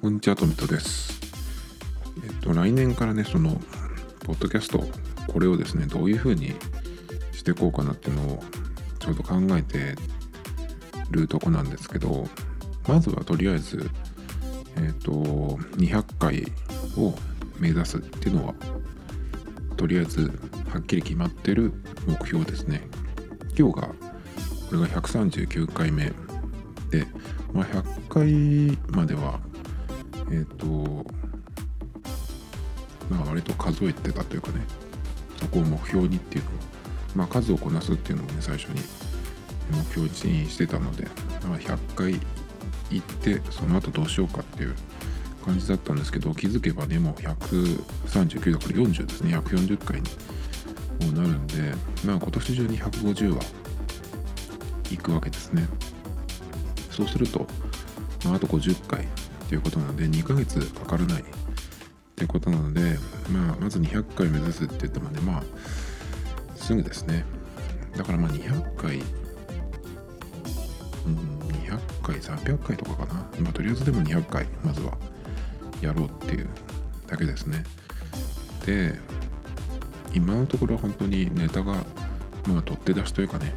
こんにちは、トミトです。来年からね、ポッドキャスト、これをですね、どういう風にしていこうかなっていうのをちょうど考えてるとこなんですけど、まずはとりあえず、200回を目指すっていうのは、とりあえずはっきり決まってる目標ですね。今日が、これが139回目で、100回までは、割と数えてたというかね、そこを目標にっていうのを、数をこなすっていうのをね、最初に目標にしてたので、100回行って、その後どうしようかっていう感じだったんですけど、気づけばね、もう139だから40ですね、140回になるんで、今年中に150は行くわけですね。そうすると、あと50回ということなので、2ヶ月かからないっていうことなので、まず200回目指すって言ってもね、すぐですね。だから200回、200回、300回とかかな。とりあえずでも200回、まずはやろうっていうだけですね。で、今のところは本当にネタが、取って出しというかね、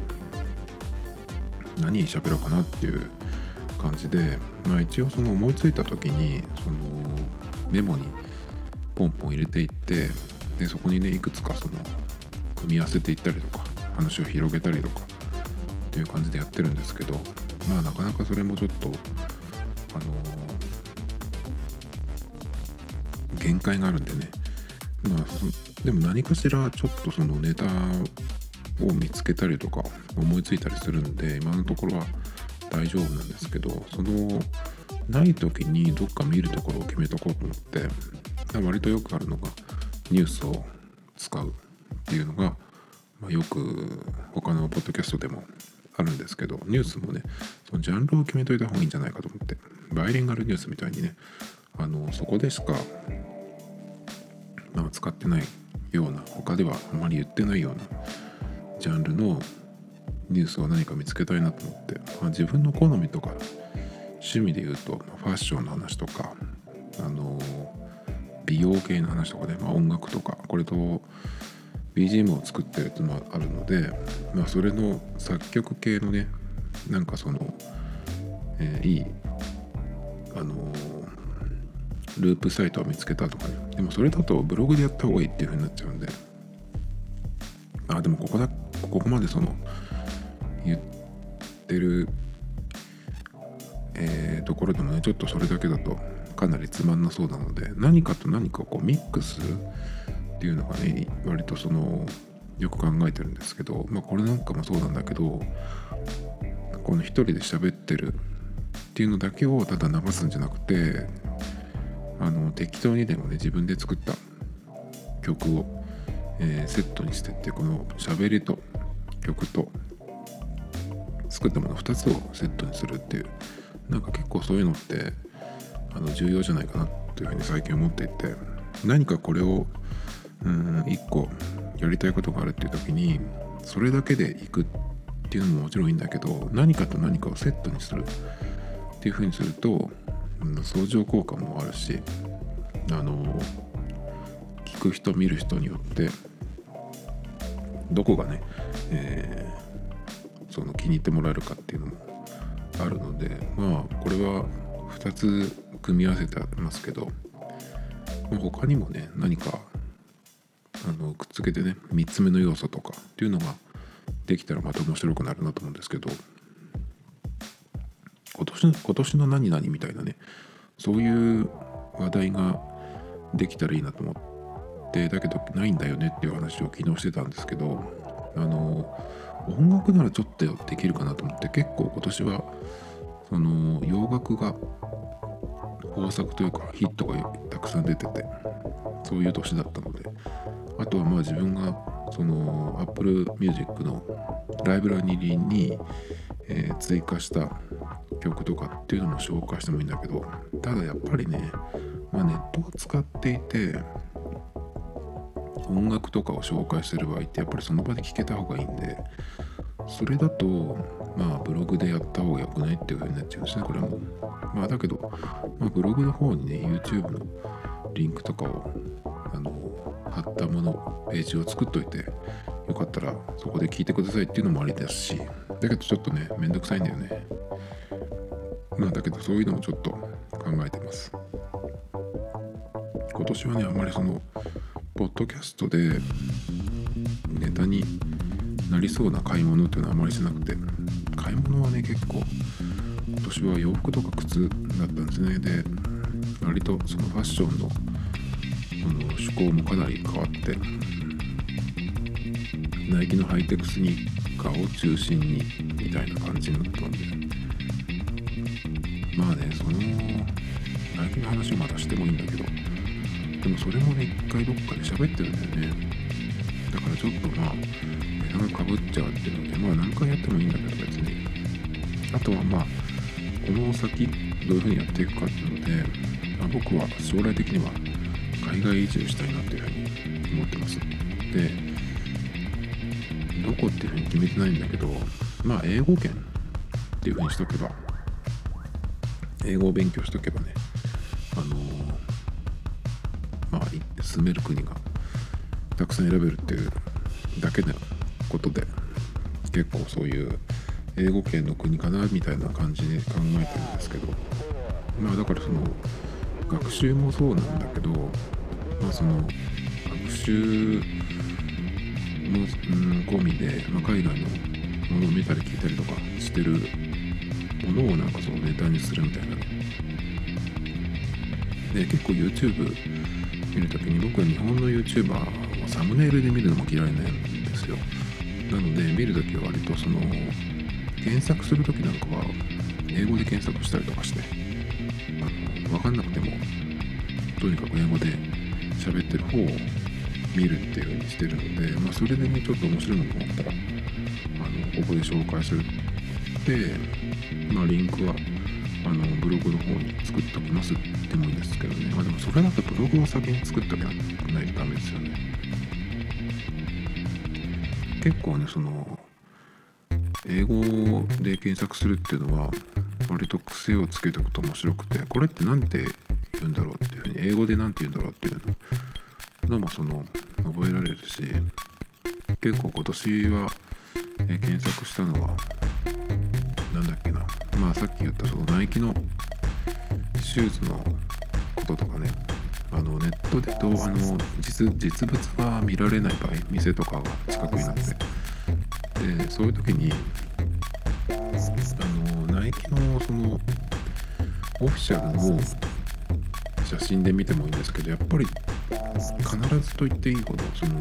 何喋ろうかなっていう感じで、一応思いついた時に、メモにポンポン入れていって、でそこにねいくつか組み合わせていったりとか話を広げたりとかっていう感じでやってるんですけど、なかなかそれもちょっと限界があるんでね、でも何かしらちょっとネタを見つけたりとか思いついたりするんで、今のところは大丈夫なんですけど、ない時にどっか見るところを決めとこうと思って、割とよくあるのがニュースを使うっていうのが、よく他のポッドキャストでもあるんですけど、ニュースもねそのジャンルを決めといた方がいいんじゃないかと思って、バイリンガルニュースみたいにねそこでしか、使ってないような、他ではあまり言ってないようなジャンルのニュースを何か見つけたいなと思って、自分の好みとか趣味で言うと、ファッションの話とか美容系の話とかで、音楽とか、これと BGM を作ってるっていうのがあるので、それの作曲系のね、いいループサイトを見つけたとかね。でもそれだとブログでやった方がいいっていう風になっちゃうんで、でもここまで言ってる、ところでもね、ちょっとそれだけだとかなりつまんなそうなので、何かと何かをミックスするっていうのがね、割とよく考えてるんですけど、これなんかもそうなんだけど、この一人で喋ってるっていうのだけをただ流すんじゃなくて、適当にでもね、自分で作った曲を、セットにしてって、この喋りと曲と作ったもの2つをセットにするっていう、結構そういうのって重要じゃないかなというふうに最近思っていて、何かこれを1個やりたいことがあるっていう時にそれだけでいくっていうのももちろんいいんだけど、何かと何かをセットにするっていうふうにすると、相乗効果もあるし、聞く人見る人によってどこがね、気に入ってもらえるかっていうのもあるので、これは2つ組み合わせてありますけど、他にもね何かくっつけてね、3つ目の要素とかっていうのができたらまた面白くなるなと思うんですけど、今年の何々みたいなね、そういう話題ができたらいいなと思って、だけどないんだよねっていう話を昨日してたんですけど、音楽ならちょっとできるかなと思って、結構今年は洋楽が豊作というかヒットがたくさん出てて、そういう年だったので、あとは自分がApple Music のライブラリーに、追加した曲とかっていうのも紹介してもいいんだけど、ただやっぱりね、ネットを使っていて音楽とかを紹介する場合って、やっぱりその場で聴けた方がいいんで、それだとまあブログでやった方が良くないっていう風になっちゃうんですね、これも。まあだけど、まあ、ブログの方にね YouTube のリンクとかを貼ったものページを作っといて、よかったらそこで聞いてくださいっていうのもありですし、だけどちょっとねめんどくさいんだよね。まあだけどそういうのもちょっと考えてます。今年はねあんまりそのポッドキャストでネタになりそうな買い物っていうのはあまりしなくて、買い物はね結構今年は洋服とか靴だったんですね。で割とそのファッションの趣向もかなり変わって、ナイキのハイテクスニーカーを中心にみたいな感じになったんで、まあねそのナイキの話をまたしてもいいんだけど、でもそれもね一回どっかで喋ってるんだよね。だからちょっとまあ値段がかぶっちゃうっていうので、まあ何回やってもいいんだけど別に、あとはまあこの先どういうふうにやっていくかっていうので、まあ、僕は将来的には海外移住したいなっていうふうに思ってます。でどこっていうふうに決めてないんだけど、まあ英語圏っていうふうにしとけば、英語を勉強しとけばね、まあ住める国がたくさん選べるっていうだけのことで、結構そういう英語圏の国かなみたいな感じで考えてるんですけど、まあだからその学習もそうなんだけど、まあその学習も込みで、まあ、海外のものを見たり聞いたりとかしてるものをなんかそのネタにするみたいなね。で結構 YouTube 見るときに、僕は日本の YouTuber をサムネイルで見るのも嫌いなんですよ。なので見るときは割とその検索するときなんかは英語で検索したりとかして、分かんなくてもとにかく英語で喋ってる方を見るっていう風にしてるので、まあそれでねちょっと面白いものがあったらここで紹介するで、まあリンクはブログの方に作っておきますってもいいんですけどね。まあでもそれだとブログを先に作っておかないとダメですよね。結構ねその英語で検索するっていうのは割と癖をつけておくと面白くて、これってなんて言うんだろうっていうふうに、英語でなんて言うんだろうっていうのもその覚えられるし、結構今年は検索したのはなんだっけな、まあさっき言ったそのナイキのシューズのこととかね、ネットでと実物が見られない場合、店とかが近くになって、でそういう時にナイキのそのオフィシャルの写真で見てもいいんですけど、やっぱり必ずと言っていいほどその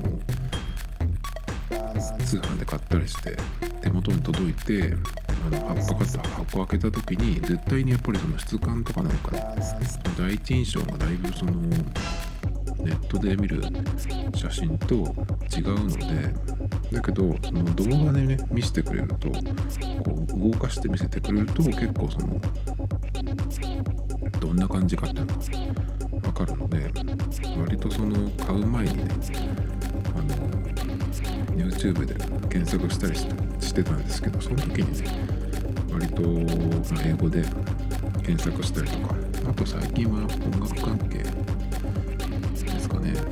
通販で買ったりして手元に届いて箱を開けた時に絶対にやっぱりその質感とかなんかね、第一印象がだいぶそのネットで見る写真と違うので、だけどその動画でね見せてくれると、こう動かして見せてくれると結構そのどんな感じかっていうのが分かるので、割とその買う前にねYouTube で検索したりしてたんですけど、その時にね割と英語で検索したりとか、あと最近は音楽関係ですかね。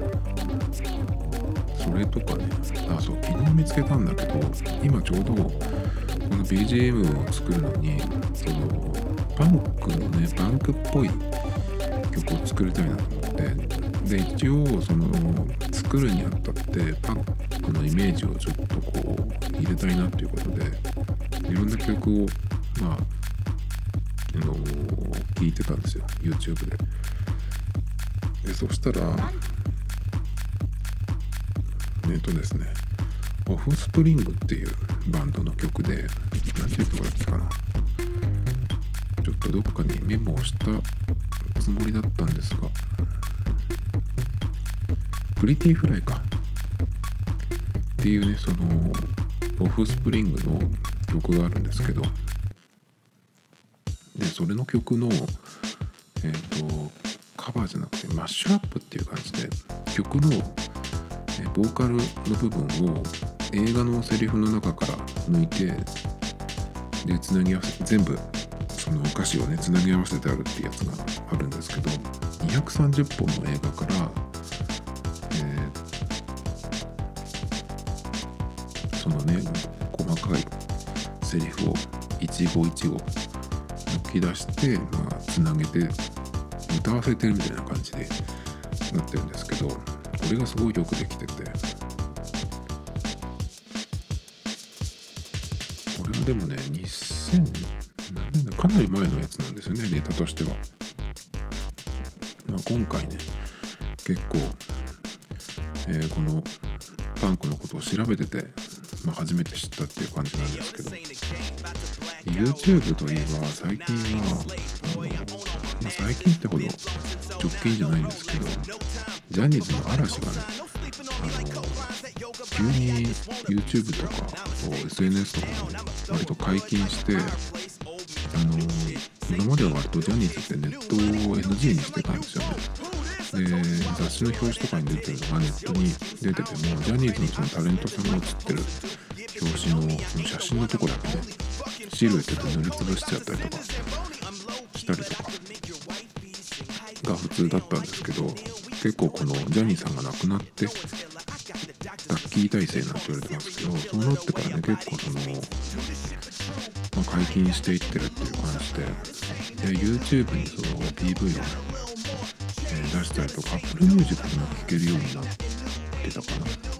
それとかね、そう昨日見つけたんだけど、今ちょうどこの BGM を作るのにそのパンクっぽい曲を作りたいなと思って、で一応その作るにあたってパンクのイメージをちょっとこう入れたいなっていうことで、いろんな曲を聴いてたんですよ YouTube で。でそしたらですね、オフスプリングっていうバンドの曲で、何ていう曲だっけかな、ちょっとどっかにメモをしたつもりだったんですが、プリティフライかっていうね、そのオフスプリングの曲があるんですけど、でそれの曲のカバーじゃなくてマッシュアップっていう感じで、曲のボーカルの部分を映画のセリフの中から抜いてでつなぎ合わせ全部その歌詞をねつなぎ合わせてあるっていうやつがあるんですけど、230本の映画から、そのね細かいセリフを一語一語抜き出して、つなげて歌わせてるみたいな感じでなってるんですけど、これがすごいよくできてて、これはでもね2000何年だかなり前のやつなんですよね、ネタとしては。今回ね結構、このパンクのことを調べてて、初めて知ったっていう感じなんですけど、 YouTube といえば最近は最近ってほど直近じゃないんですけど、ジャニーズの嵐がね急に YouTube とかSNS とかも割と解禁して、今までは割とジャニーズってネットを NG にしてたんですよね。で雑誌の表紙とかに出てるのがネットに出てても、ジャニーズのそのタレントさんが写ってる表紙の写真のとこだけねシルエットで塗りつぶしちゃったりとかしたりとかが普通だったんですけど、結構このジャニーさんが亡くなってラッキー体制なんて言われてますけど、そうなってからね結構その、解禁していってるっていう感じで、YouTube にその PV を、出したりとか Apple Music でも聴けるようになってたか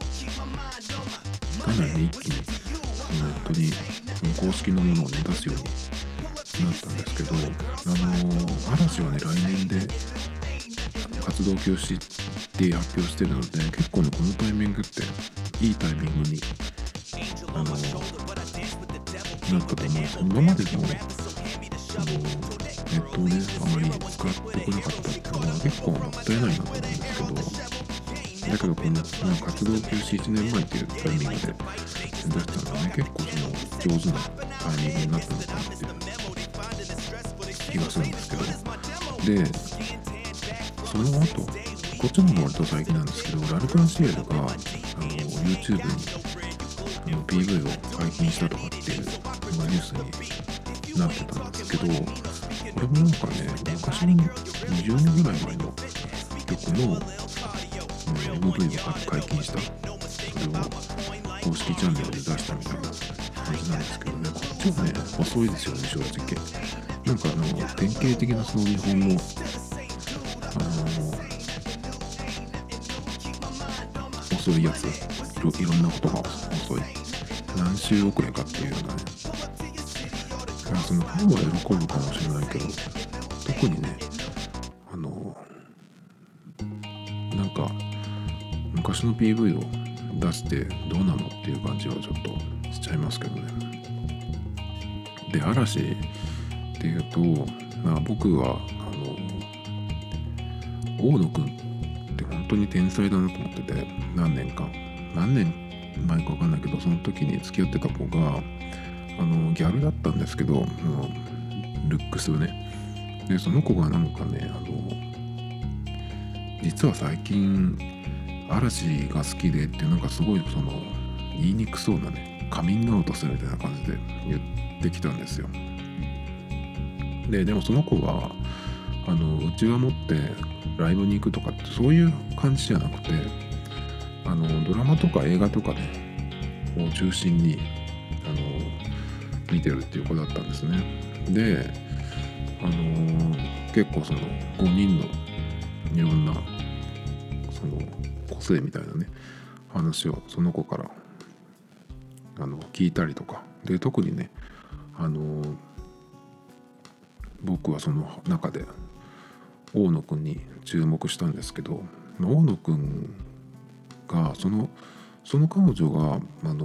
な。かなり一気にネットに公式のものをね出すようになったんですけど、嵐はね来年で活動休止って発表してるので、結構ねこのタイミングっていいタイミングになったと思うんです。今までのネットをねあまり使ってこなかったっていうのは結構もったいないなと思うんですけど、だけどこの活動休止1年前っていうタイミングで出したのはね結構その上手なタイミングになったのかなっていう気がするんですけど、でその後こっちの方が割と最近なんですけど、ラルク・アンシエルがYouTube にPV を解禁したとかっていうニュースになってたんですけど、これもなんかね昔の20年ぐらい前の曲の、MV を解禁した、それを公式チャンネルで出したみたいな感じなんですけどね、こっちはね遅いですよね正直。なんか典型的なその日本の遅いやつ、いろんなことが遅い、何週遅れかっていうようなね、そのファンは喜ぶかもしれないけど、特にねなんか昔の PV を出してどうなのっていう感じはちょっとしちゃいますけどね。で嵐っていうと、僕は大野くんって本当に天才だなと思ってて、何年前か分かんないけど、その時に付き合ってた子がギャルだったんですけど、ルックスね。でその子がなんかね実は最近嵐が好きでってなんかすごいその言いにくそうなねカミングアウトするみたいな感じで言ってきたんですよ。でもその子はうちわ持ってライブに行くとかってそういう感じじゃなくて、ドラマとか映画とかねを中心に見てるっていう子だったんですね。で結構その5人のいろんなその個性みたいなね話をその子から聞いたりとかで、特にね僕はその中で大野くんに注目したんですけど、大野くんがその彼女が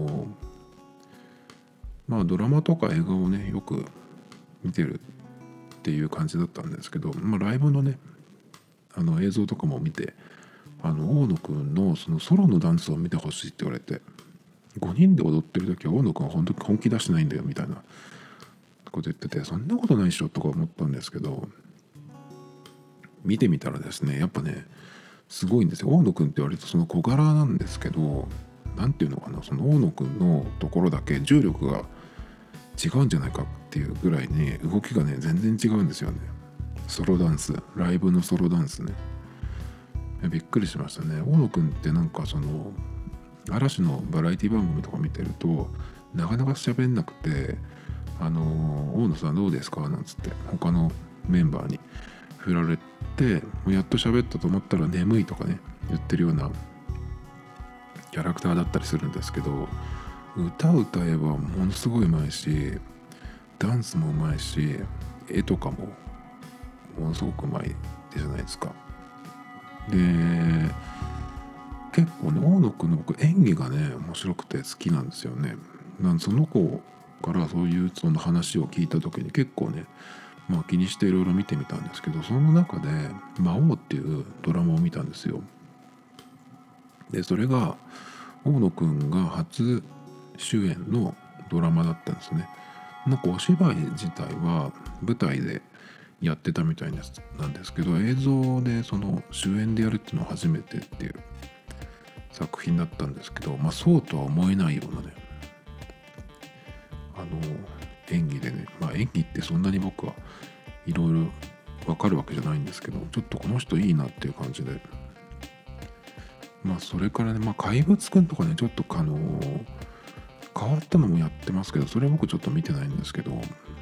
ドラマとか映画をねよく見てるっていう感じだったんですけど、ライブのね映像とかも見て大野くんのそのソロのダンスを見てほしいって言われて、5人で踊ってる時は大野くんは本気出してないんだよみたいなこと言ってて、そんなことないでしょとか思ったんですけど、見てみたらですねやっぱねすごいんですよ。大野くんって割とその小柄なんですけど、なんていうのかな、その大野くんのところだけ重力が違うんじゃないかっていうぐらいに動きがね全然違うんですよね。ソロダンス、ライブのソロダンスね、びっくりしましたね。大野くんってなんかその嵐のバラエティ番組とか見てるとなかなか喋んなくて、大野さんどうですかなんつって他のメンバーに振られて、もうやっと喋ったと思ったら眠いとかね言ってるようなキャラクターだったりするんですけど、歌えばものすごい上手いし、ダンスも上手いし、絵とかもものすごく上手いじゃないですか。で結構ね大野くんの僕演技がね面白くて好きなんですよね。その子からそういうその話を聞いた時に結構ね気にしていろいろ見てみたんですけど、その中で「魔王」っていうドラマを見たんですよ。でそれが大野くんが初主演のドラマだったんですね。なんかお芝居自体は舞台でやってたみたいなんですけど、映像でその主演でやるっていうのは初めてっていう作品だったんですけど、そうとは思えないようなね演技でね、演技ってそんなに僕はいろいろ分かるわけじゃないんですけど、ちょっとこの人いいなっていう感じで、それからね、怪物くんとかねちょっと変わったのもやってますけど、それ僕ちょっと見てないんですけど、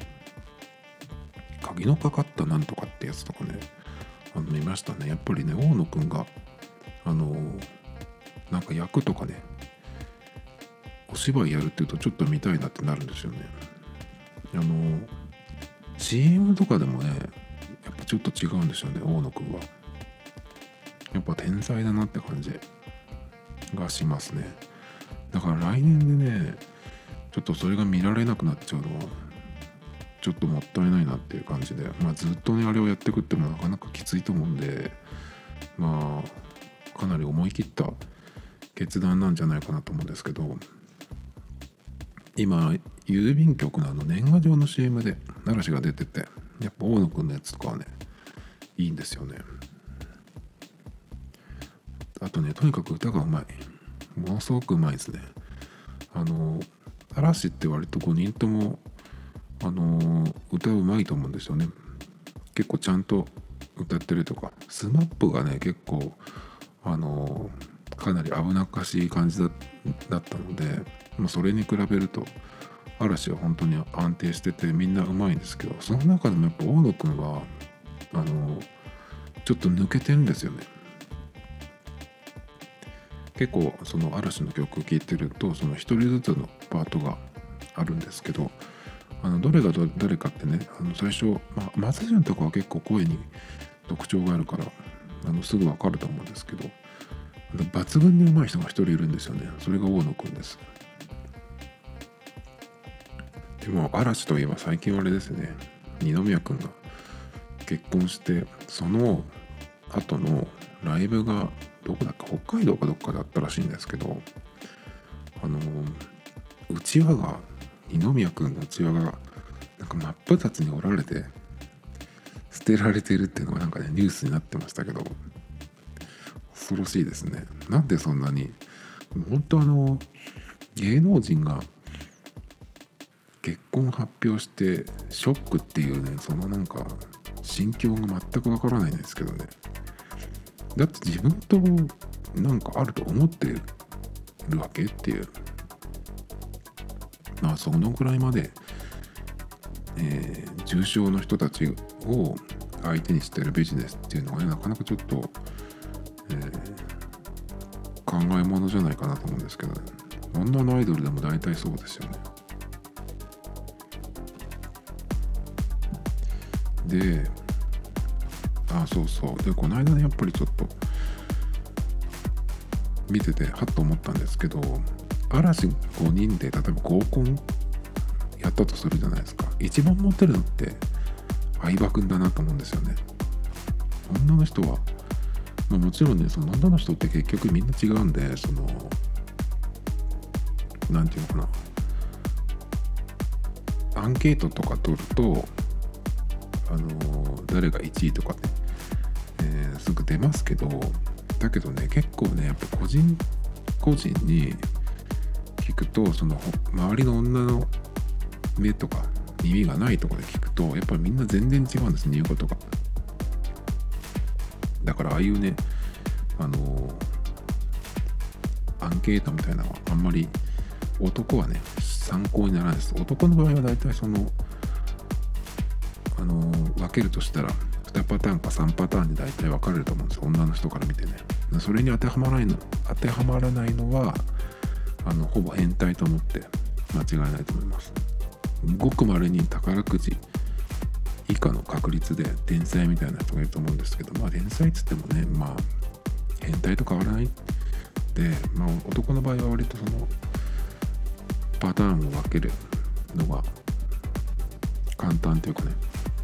鍵のかかったなんとかってやつとかね見ましたね。やっぱりね大野くんがなんか役とかねお芝居やるっていうとちょっと見たいなってなるんですよね。CM とかでもねやっぱちょっと違うんですよね。大野くんはやっぱ天才だなって感じがしますね。だから来年でねちょっとそれが見られなくなっちゃうのはちょっともったいないなっていう感じで、ずっとねあれをやってくってもなかなかきついと思うんで、かなり思い切った決断なんじゃないかなと思うんですけど、今郵便局の年賀状の CM で嵐が出てて、やっぱ大野くんのやつとかはねいいんですよね。あとねとにかく歌がうまい、ものすごくうまいですね。嵐って割と5人とも歌うまいと思うんですよね。結構ちゃんと歌ってるとか、スマップがね結構かなり危なっかしい感じだったので、それに比べると嵐は本当に安定しててみんなうまいんですけど、その中でもやっぱ大野くんはちょっと抜けてるんですよね。結構その嵐の曲を聴いてるとその一人ずつのパートがあるんですけど、どれが誰かってね最初、松潤とかは結構声に特徴があるからすぐ分かると思うんですけど、抜群に上手い人が一人いるんですよね。それが大野くんです。でも嵐といえば最近はあれですね、二宮くんが結婚して、その後のライブがどこだっか北海道かどっかだったらしいんですけど、うちわが二宮くんのうちわがなんか真っ二つに折られて捨てられてるっていうのがなんかねニュースになってましたけど、恐ろしいですね。なんでそんなに本当芸能人が結婚発表してショックっていうね、そのなんか心境が全くわからないんですけどね。だって自分となんかあると思ってるわけっていう、そのくらいまで、重症の人たちを相手にしてるビジネスっていうのがねなかなかちょっと、考えものじゃないかなと思うんですけどね。女のアイドルでも大体そうですよね。でそうでこの間ねやっぱりちょっと見ててはっと思ったんですけど、嵐5人で例えば合コンやったとするじゃないですか。一番モテるのって相葉くんだなと思うんですよね。女の人は、もちろんねその女の人って結局みんな違うんで、そのなんていうのかな、アンケートとか取ると誰が1位とかね、すぐ出ますけど、だけどね結構ねやっぱ個人個人に聞くとその周りの女の目とか耳がないところで聞くとやっぱりみんな全然違うんですね、言うことが。だからああいうねアンケートみたいなのはあんまり男はね参考にならないです。男の場合は大体その分けるとしたら2パターンか3パターンに大体分かれると思うんですよ、女の人から見てね。それに当てはまらないのはほぼ変態と思って間違いないと思います。ごく稀に宝くじ以下の確率で天才みたいな人がいると思うんですけど、天才っつってもね変態と変わらないで、男の場合は割とそのパターンを分けるのが簡単というかね、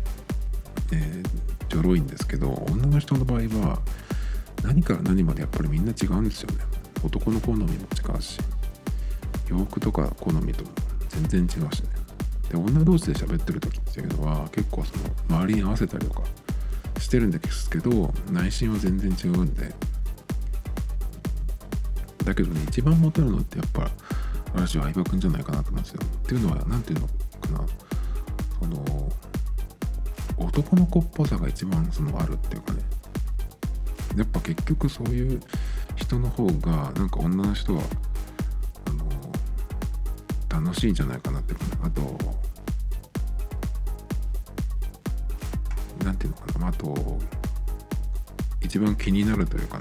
ちょろいんですけど、女の人の場合は何から何までやっぱりみんな違うんですよね。男の好みも違うし、洋服とか好みとも全然違うしね。で、女同士で喋ってる時っていうのは結構その周りに合わせたりとかしてるんですけど、内心は全然違うんで。だけどね、一番モテるのってやっぱ私は相葉君じゃないかなと思うんですよ。っていうのはなんていうのかな、その男の子っぽさが一番あるっていうかね、やっぱ結局そういう人の方がなんか女の人は楽しいんじゃないかなっていうかね。あとなんていうのかな、あと一番気になるというかね。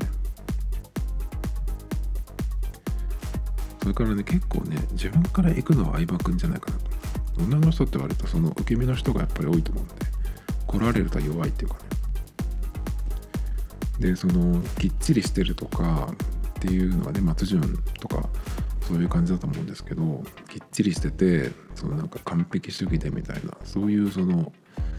それからね、結構ね自分から行くのは相葉君じゃないかなと。女の人って割とその受け身の人がやっぱり多いと思うんで、来られると弱いっていうかね。で、そのきっちりしてるとかっていうのはね、松潤とかそういう感じだと思うんですけど、きっちりしててそのなんか完璧主義でみたいな、そういうその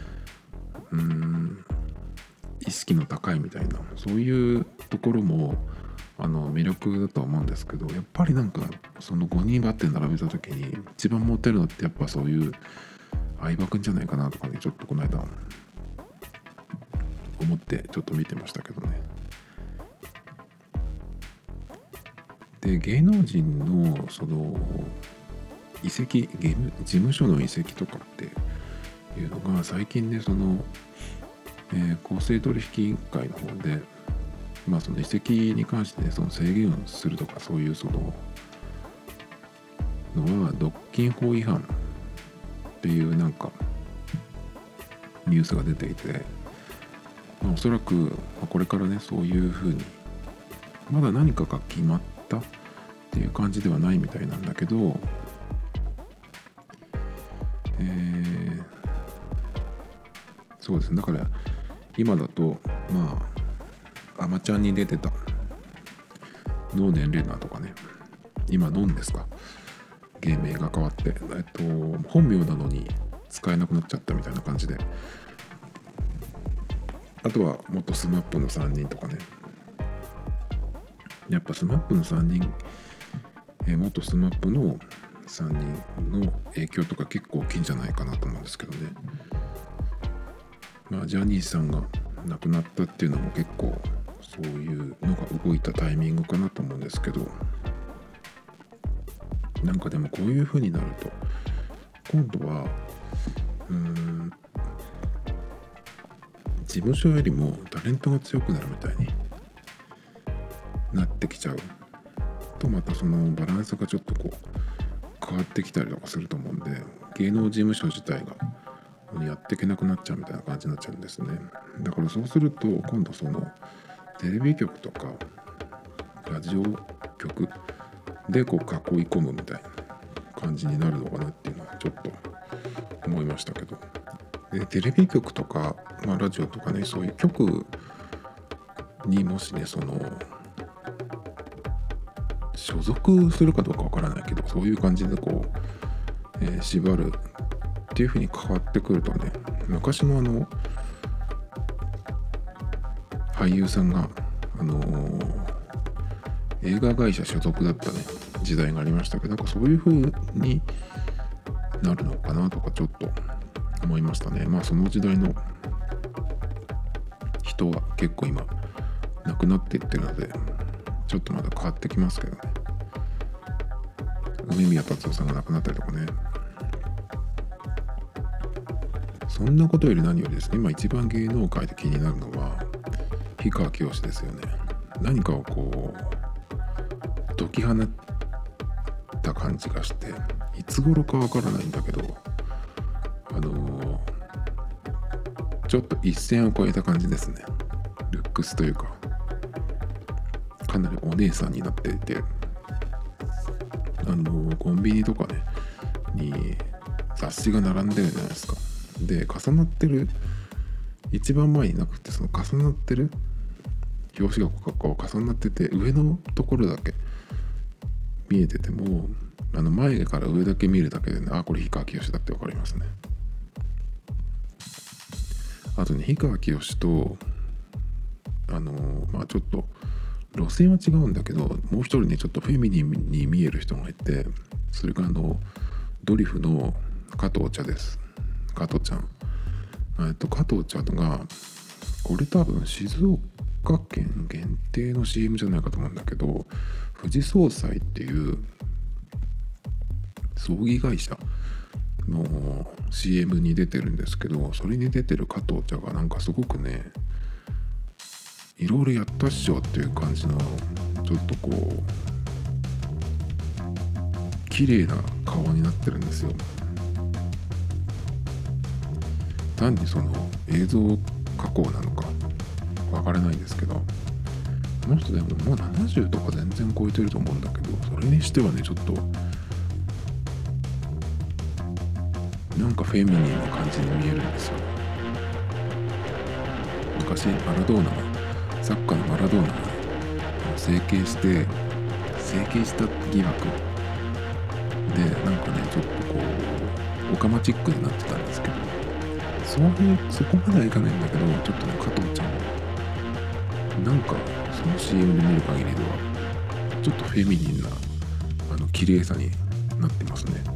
意識の高いみたいな、そういうところも魅力だと思うんですけど、やっぱりなんかその5人バッて並べた時に一番モテるのってやっぱそういう相葉君じゃないかなとかね、ちょっとこの間思ってちょっと見てましたけどね。で、芸能人のその移籍、事務所の移籍とかっていうのが最近ね、その、公正取引委員会の方でその移籍に関してね、その制限をするとか、そういうそののは独禁法違反っていうなんかニュースが出ていて、おそらくこれからねそういうふうにまだ何かが決まったっていう感じではないみたいなんだけど、そうですね。だから今だとアマちゃんに出てた能年玲奈とかね、今ノンですか、芸名が変わって本名なのに使えなくなっちゃったみたいな感じで、あとは元スマップの3人とかね、やっぱスマップの3人、元スマップの3人の影響とか結構大きいんじゃないかなと思うんですけどね。ジャニーさんが亡くなったっていうのも結構そういうのが動いたタイミングかなと思うんですけど、なんかでもこういう風になると今度は事務所よりもタレントが強くなるみたいになってきちゃうと、またそのバランスがちょっとこう変わってきたりとかすると思うんで、芸能事務所自体がやっていけなくなっちゃうみたいな感じになっちゃうんですね。だからそうすると今度そのテレビ局とかラジオ局でこう囲い込むみたいな感じになるのかなっていうのはちょっと思いましたけど、でテレビ局とか、ラジオとかね、そういう局にもしねその所属するかどうかわからないけど、そういう感じでこう、縛るっていう風に変わってくるとね、昔の俳優さんが映画会社所属だったね時代がありましたけど、なんかそういう風になるのかなとかちょっと思いましたね。その時代の人は結構今亡くなっていってるので、ちょっとまだ変わってきますけどね。梅宮達夫さんが亡くなったりとかね、 そんなことより何よりですね、今一番芸能界で気になるのは氷川きよしですよね。何かをこう解き放った感じがして、いつ頃かわからないんだけど、ちょっと一線を越えた感じですね。ルックスというか、かなりお姉さんになっていて、コンビニとかねに雑誌が並んでるじゃないですか。で重なってる、一番前になくて、その重なってる表紙がこう重なってて、上のところだけ見えてても、前から上だけ見るだけでね、あ、これ氷川きよしだってわかりますね。あとね、氷川きよしとちょっと路線は違うんだけど、もう一人ねちょっとフェミニンに見える人がいて、それがドリフの加藤茶です。加藤ちゃん。加藤ちゃんが、これ多分静岡県限定の CM じゃないかと思うんだけど、富士総裁っていう葬儀会社の CM に出てるんですけど、それに出てる加藤茶がなんかすごくね、いろいろやったっしょっていう感じの、ちょっとこう綺麗な顔になってるんですよ。単にその映像加工なのかわからないですけど、この人でももう70とか全然超えてると思うんだけど、それにしてはねちょっとなんかフェミニンな感じに見えるんですよ。昔マラドーナが、サッカーのマラドーナが整形した疑惑で、なんかねちょっとこうオカマチックになってたんですけど、そこまではいかないんだけど、ちょっとね加藤ちゃんなんかその CM で見る限りではちょっとフェミニンな綺麗さになってますね。